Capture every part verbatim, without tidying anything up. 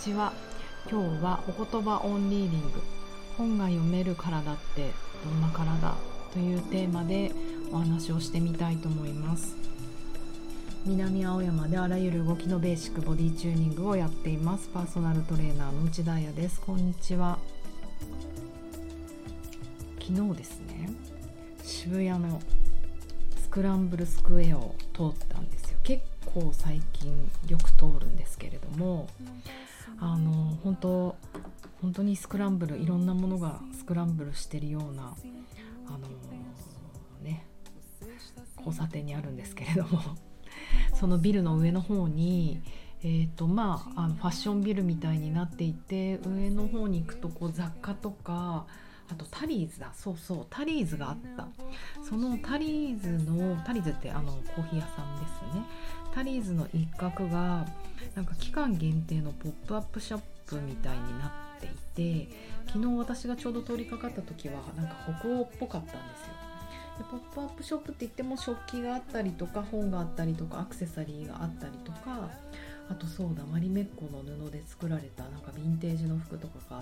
ちは。今日はお言葉オンリーディング、本が読める体ってどんな体というテーマでお話をしてみたいと思います。南青山であらゆる動きのベーシックボディチューニングをやっていますパーソナルトレーナーの内田彩です。こんにちは。昨日ですね、渋谷のスクランブルスクエアを通ったんですよ。結構最近よく通るんですけれども、あの本当本当にスクランブル、いろんなものがスクランブルしてるようなあのね交差点にあるんですけれどもそのビルの上の方にえーとまあ、あのファッションビルみたいになっていて、上の方に行くとこう雑貨とか、あとタリーズだそうそうタリーズがあった。そのタリーズのタリーズってあのコーヒー屋さんですね。タリーズの一角がなんか期間限定のポップアップショップみたいになっていて、昨日私がちょうど通りかかった時はなんか北欧っぽかったんですよ。でポップアップショップって言っても食器があったりとか本があったりとかアクセサリーがあったりとか、あとそうだマリメッコの布で作られたなんかヴィンテージの服とかがあって、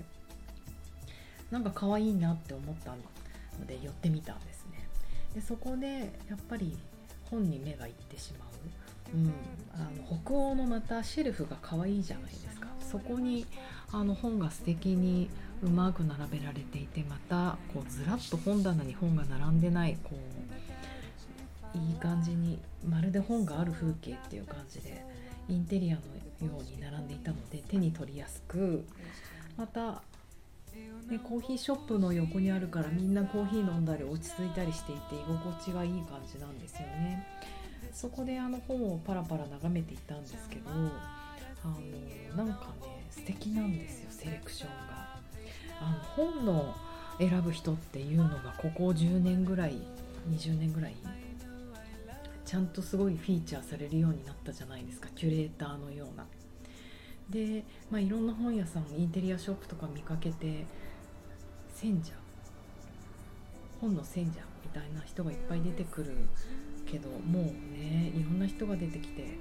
なんか可愛いなって思ったので寄ってみたんですね。でそこでやっぱり本に目がいってしまう、うん、あの北欧のまたシェルフが可愛いじゃないですか。そこにあの本が素敵にうまく並べられていて、またこうずらっと本棚に本が並んでない、こういい感じにまるで本がある風景っていう感じでインテリアのように並んでいたので手に取りやすく、またでコーヒーショップの横にあるからみんなコーヒー飲んだり落ち着いたりしていて居心地がいい感じなんですよね。そこであの本をパラパラ眺めていたんですけど、あのなんかね素敵なんですよ、セレクションが。あの本の選ぶ人っていうのがここじゅうねんぐらいにじゅうねんぐらいちゃんとすごいフィーチャーされるようになったじゃないですか、キュレーターのような。で、まあ、いろんな本屋さん、インテリアショップとか見かけて、選者本の選者みたいな人がいっぱい出てくるけど、もうねいろんな人が出てきて、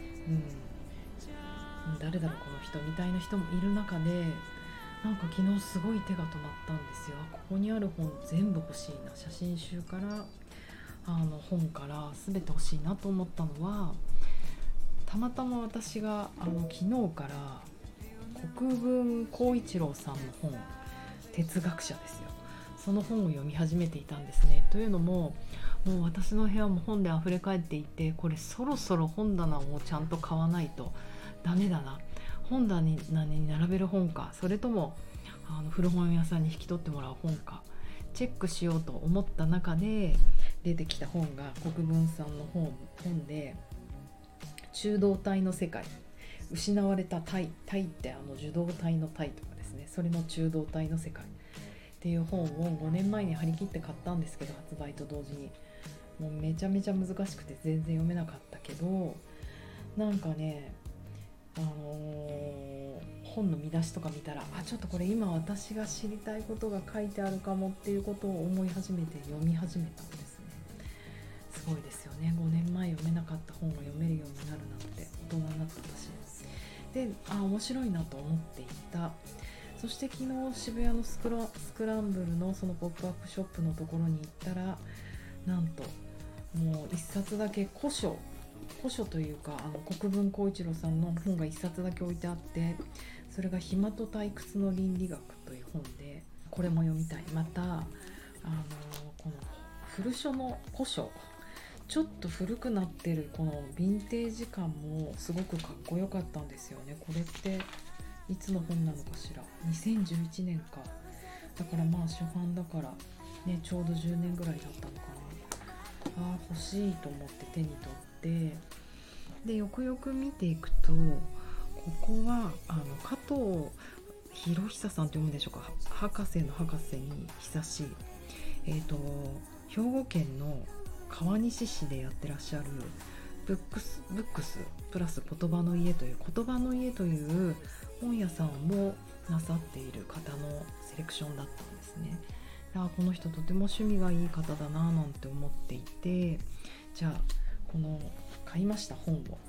うん、誰だろうこの人みたいな人もいる中で、なんか昨日すごい手が止まったんですよ。ここにある本全部欲しいな、写真集からあの本から全て欲しいなと思ったのは、たまたま私があの昨日から国分光一郎さんの本、哲学者ですよ、その本を読み始めていたんですね。というのも、もう私の部屋も本であふれ返っていて、これそろそろ本棚をちゃんと買わないとダメだな、本棚に並べる本か、それともあの古本屋さんに引き取ってもらう本かチェックしようと思った中で出てきた本が国分さんの 本, 本で中道体の世界、失われた体、体ってあの受動体の体とかですね、それの中道体の世界っていう本をごねんまえに張り切って買ったんですけど、発売と同時にもうめちゃめちゃ難しくて全然読めなかったけど、なんかねあのー、本の見出しとか見たら、あちょっとこれ今私が知りたいことが書いてあるかもっていうことを思い始めて読み始めたんですね。すごいですよね。ごねんまえ読めなかった本が読めるようになるなんて、大人になった私で、あ面白いなと思っていた。そして昨日渋谷のスクラ、スクランブルのそのポップアップショップのところに行ったら、なんともう一冊だけ古書古書というか、あの国分光一郎さんの本が一冊だけ置いてあって、それが暇と退屈の倫理学という本で、これも読みたい。またあのこの古書の古書、ちょっと古くなってるこのヴィンテージ感もすごくかっこよかったんですよね。これっていつの本なのかしら、にせんじゅういちねんか、だからまあ初版だからね、ちょうどじゅうねんぐらいだったのかな。あ欲しいと思って手に取って、でよくよく見ていくと、ここはあの加藤博久さんって読むんでしょうか、博士の博士に久しい、えーと兵庫県の川西市でやってらっしゃるブックス、ブックスプラス言葉の家という、言葉の家という本屋さんもなさっている方のセレクションだったんですね。あこの人とても趣味がいい方だななんて思っていて、じゃあこの買いました本を、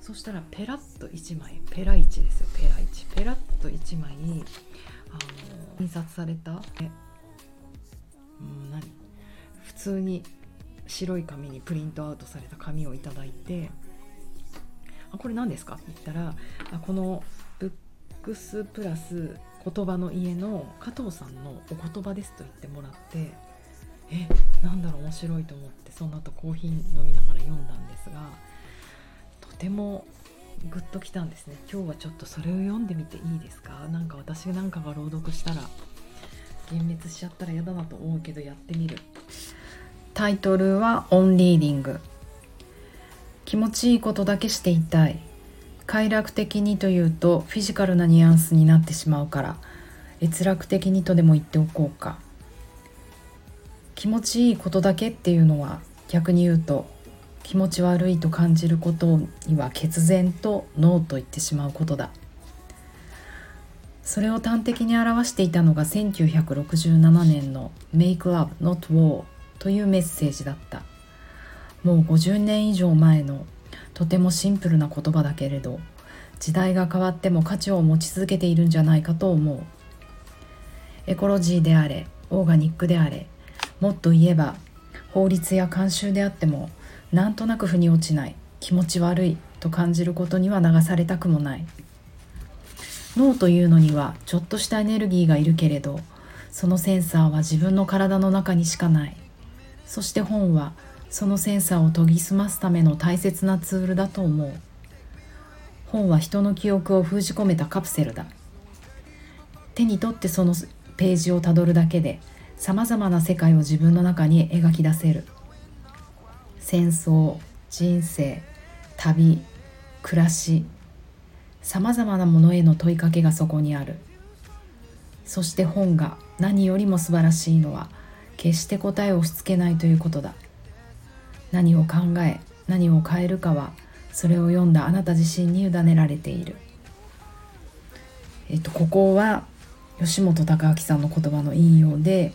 そしたらペラッといちまい、ペラいちですよ、ペラいち、ペラッといちまいあの印刷されたえ、うん、何普通に白い紙にプリントアウトされた紙をいただいて、あこれ何ですかって言ったら、あこのブックスプラス言葉の家の加藤さんのお言葉ですと言ってもらって、えなんだろう面白いと思って、その後コーヒー飲みながら読んだんですが、とてもグッときたんですね。今日はちょっとそれを読んでみていいですか？なんか私なんかが朗読したら幻滅しちゃったら嫌だなと思うけどやってみる。タイトルはオンリーディング。気持ちいいことだけしていたい。快楽的にというとフィジカルなニュアンスになってしまうから、閲楽的にとでも言っておこうか。気持ちいいことだけっていうのは逆に言うと、気持ち悪いと感じることには決然とノーと言ってしまうことだ。それを端的に表していたのがせんきゅうひゃくろくじゅうななねんの Make Love Not War というメッセージだった。もうごじゅうねん以上前のとてもシンプルな言葉だけれど、時代が変わっても価値を持ち続けているんじゃないかと思う。エコロジーであれ、オーガニックであれ、もっと言えば法律や慣習であっても、なんとなく腑に落ちない、気持ち悪いと感じることには流されたくもない。脳というのにはちょっとしたエネルギーがいるけれど、そのセンサーは自分の体の中にしかない。そして本はそのセンサーを研ぎ澄ますための大切なツールだと思う。本は人の記憶を封じ込めたカプセルだ。手に取ってそのページをたどるだけで、さまざまな世界を自分の中に描き出せる。戦争、人生、旅、暮らし、さまざまなものへの問いかけがそこにある。そして本が何よりも素晴らしいのは、決して答えを押し付けないということだ。何を考え、何を変えるかは、それを読んだあなた自身に委ねられている。えっと、ここは吉本隆明さんの言葉の引用で、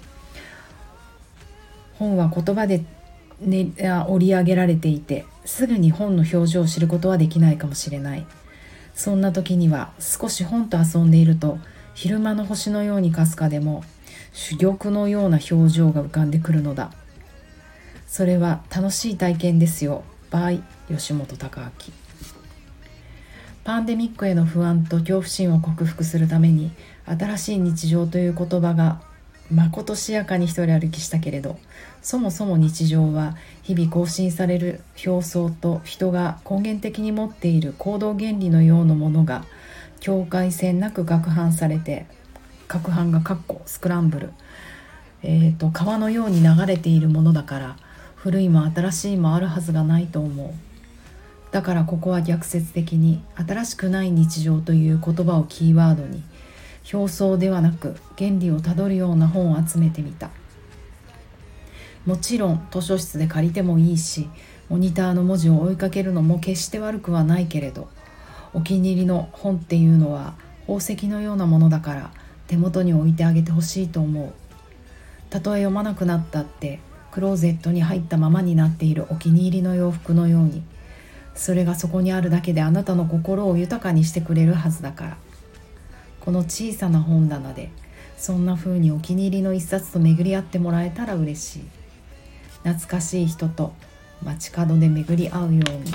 本は言葉で、ね、織り上げられていて、すぐに本の表情を知ることはできないかもしれない。そんな時には少し本と遊んでいると、昼間の星のようにかすかでも珠玉のような表情が浮かんでくるのだ。それは楽しい体験ですよ。バイ吉本隆明。パンデミックへの不安と恐怖心を克服するために、新しい日常という言葉がまことしやかに一人歩きしたけれど、そもそも日常は日々更新される表層と人が根源的に持っている行動原理のようなものが境界線なく攪拌されて、攪拌がカッコスクランブル、えーと、川のように流れているものだから、古いも新しいもあるはずがないと思う。だからここは逆説的に新しくない日常という言葉をキーワードに、表層ではなく原理をたどるような本を集めてみた。もちろん図書室で借りてもいいし、モニターの文字を追いかけるのも決して悪くはないけれど、お気に入りの本っていうのは宝石のようなものだから、手元に置いてあげてほしいと思う。たとえ読まなくなったってクローゼットに入ったままになっているお気に入りの洋服のように、それがそこにあるだけであなたの心を豊かにしてくれるはずだから。この小さな本棚でそんな風にお気に入りの一冊と巡り合ってもらえたら嬉しい。懐かしい人と街角で巡り合うように。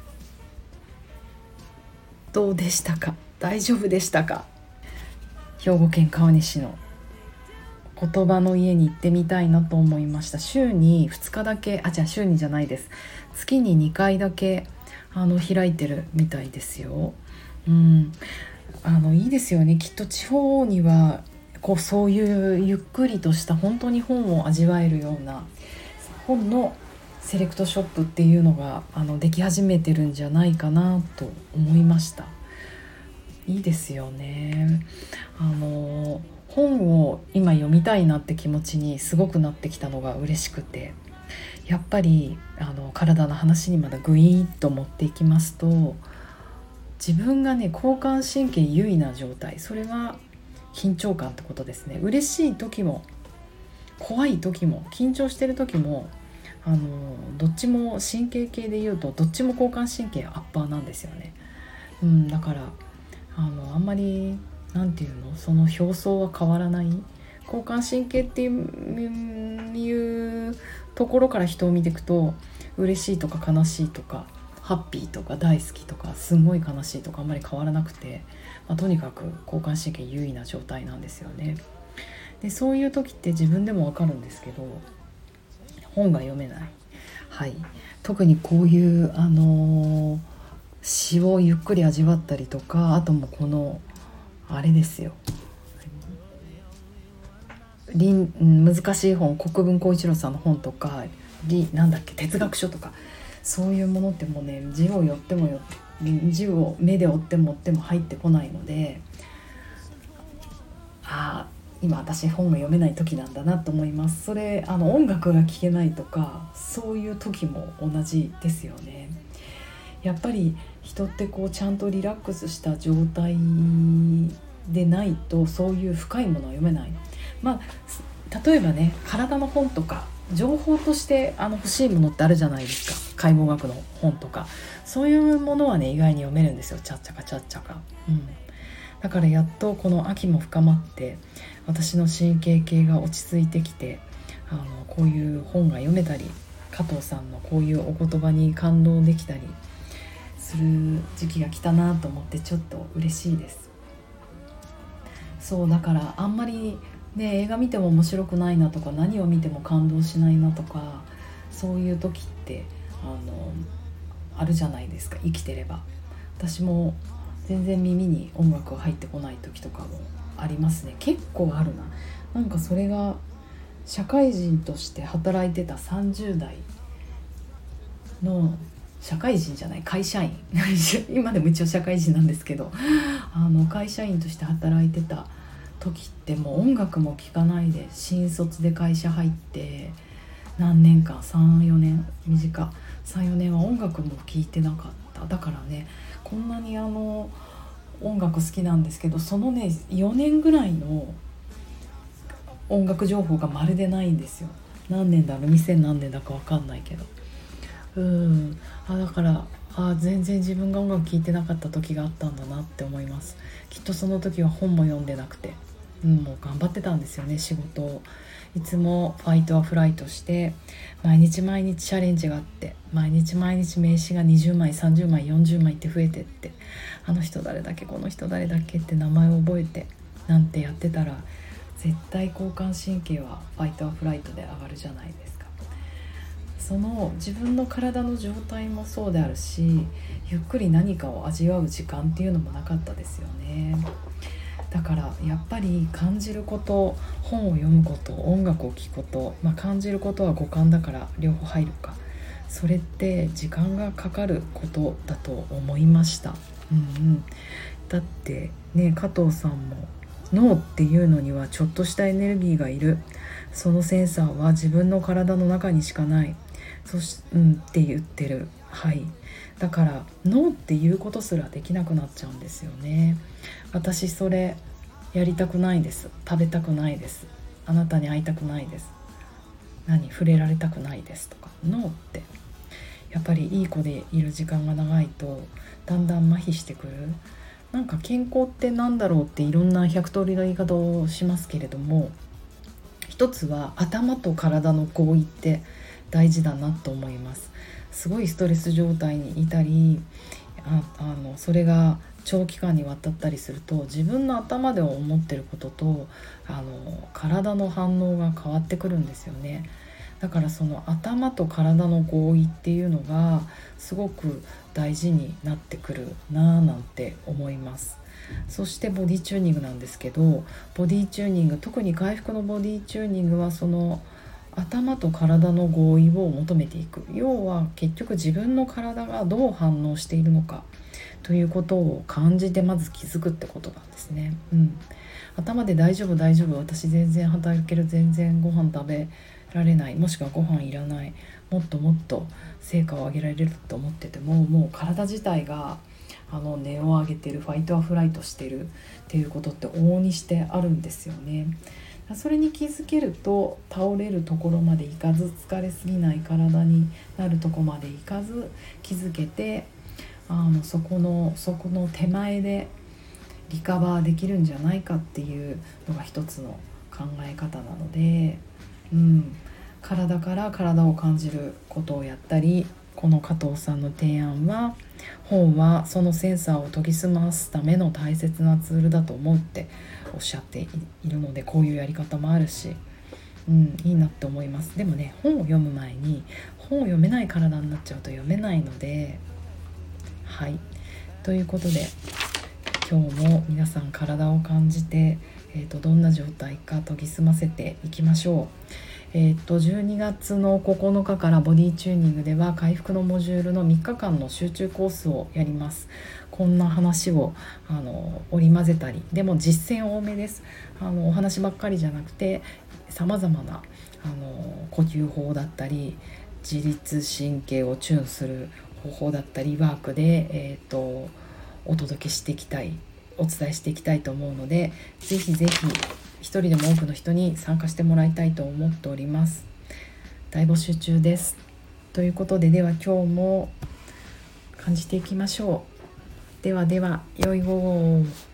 どうでしたか？大丈夫でしたか？兵庫県川西の言葉の家に行ってみたいなと思いました。週にふつかだけ、あ、じゃあ週にじゃないです。月ににかいだけあの開いてるみたいですよ。うん、あのいいですよね。きっと地方にはこうそういうゆっくりとした本当に本を味わえるような本のセレクトショップっていうのがあのでき始めてるんじゃないかなと思いました。いいですよね。あの本を今読みたいなって気持ちにすごくなってきたのが嬉しくて、やっぱりあの体の話にまだグイーッと持っていきますと、自分がね交感神経優位な状態、それは緊張感ってことですね。嬉しい時も怖い時も緊張してる時もあのどっちも神経系でいうとどっちも交感神経アッパーなんですよね。うん、だからあのあんまりなんていうの、その表層は変わらない。交感神経っていう、いうところから人を見ていくと、嬉しいとか悲しいとかハッピーとか大好きとかすごい悲しいとかあんまり変わらなくて、まあ、とにかく交感神経優位な状態なんですよね。でそういう時って自分でもわかるんですけど、本が読めない、はい、特にこういうあのー詩をゆっくり味わったりとか、あともこのあれですよ、難しい本、国分光一郎さんの本とかなんだっけ哲学書とか、そういうものってもうね、字を寄ってもよ字を目で追っても追っても入ってこないので、ああ今私本が読めない時なんだなと思います。それあの音楽が聴けないとかそういう時も同じですよね。やっぱり人ってこうちゃんとリラックスした状態でないとそういう深いものは読めない。まあ例えばね、体の本とか情報としてあの欲しいものってあるじゃないですか。解剖学の本とかそういうものはね意外に読めるんですよ、ちゃっちゃかちゃっちゃか、うん、だからやっとこの秋も深まって私の神経系が落ち着いてきて、あのこういう本が読めたり加藤さんのこういうお言葉に感動できたりする時期が来たなと思ってちょっと嬉しいです。そうだからあんまりね映画見ても面白くないなとか何を見ても感動しないなとか、そういう時ってあのあるじゃないですか、生きてれば。私も全然耳に音楽が入ってこない時とかもありますね。結構あるな。なんかそれが社会人として働いてたさんじゅう代の社会人じゃない会社員今でも一応社会人なんですけど、あの会社員として働いてた時ってもう音楽も聴かないで新卒で会社入って何年間 さん,よ 年短 さん,よ 年は音楽も聴いてなかった。だからねこんなにあの音楽好きなんですけど、そのねよねんぐらいの音楽情報がまるでないんですよ。何年だろう、にせん何年だか分かんないけど、うんあだからあ全然自分が音楽聴いてなかった時があったんだなって思います。きっとその時は本も読んでなくて、うん、もう頑張ってたんですよね、仕事を。いつもファイトはフライトして毎日毎日チャレンジがあって、毎日毎日名刺がにじゅうまいさんじゅうまいよんじゅうまいって増えてって、あの人誰だっけこの人誰だっけって名前を覚えてなんてやってたら絶対交感神経はファイトはフライトで上がるじゃないですか。その自分の体の状態もそうであるし、ゆっくり何かを味わう時間っていうのもなかったですよね。だからやっぱり感じること、本を読むこと、音楽を聴くこと、まあ、感じることは五感だから両方入るか、それって時間がかかることだと思いました、うんうん、だってね加藤さんも脳っていうのにはちょっとしたエネルギーがいる、そのセンサーは自分の体の中にしかない、そし、うん、って言ってる。はい、だからノーっていうことすらできなくなっちゃうんですよね。私それやりたくないです、食べたくないです、あなたに会いたくないです、何触れられたくないですとか、ノーってやっぱりいい子でいる時間が長いとだんだん麻痺してくる。なんか健康ってなんだろうっていろんなひゃく通りの言い方をしますけれども、一つは頭と体の合意って大事だなと思います。すごいストレス状態にいたり、ああのそれが長期間にわたったりすると自分の頭で思ってることとあの体の反応が変わってくるんですよね。だからその頭と体の合意っていうのがすごく大事になってくるなぁなんて思います。そしてボディチューニングなんですけど、ボディチューニング、特に回復のボディチューニングはその頭と体の合意を求めていく。要は結局自分の体がどう反応しているのかということを感じてまず気づくってことなんですね、うん、頭で大丈夫大丈夫、私全然働ける、全然ご飯食べられない、もしくはご飯いらない、もっともっと成果を上げられると思ってても、もう体自体があの値を上げてる、ファイトはフライトしてるっていうことって往々にしてあるんですよね。 それに気づけると倒れるところまでいかず、疲れすぎない体になるところまでいかず気づけて、あのそこのそこの手前でリカバーできるんじゃないかっていうのが一つの考え方なので、うん、体から体を感じることをやったり、この加藤さんの提案は、本はそのセンサーを研ぎ澄ますための大切なツールだと思うっておっしゃっているので、こういうやり方もあるし、うん、いいなって思います。でもね、本を読む前に本を読めない体になっちゃうと読めないので、はい、ということで今日も皆さん体を感じて、えーと、どんな状態か研ぎ澄ませていきましょう。えー、とじゅうにがつのここのかからボディチューニングでは回復のモジュールのみっかかんの集中コースをやります。こんな話をあの織り交ぜたり、でも実践多めです。あのお話ばっかりじゃなくて、さまざまなあの呼吸法だったり、自律神経をチューンする方法だったり、ワークで、えー、とお届けしていきたい、お伝えしていきたいと思うので、ぜひぜひ一人でも多くの人に参加してもらいたいと思っております。大募集中です。ということで、では今日も感じていきましょう。ではでは、良い午後を。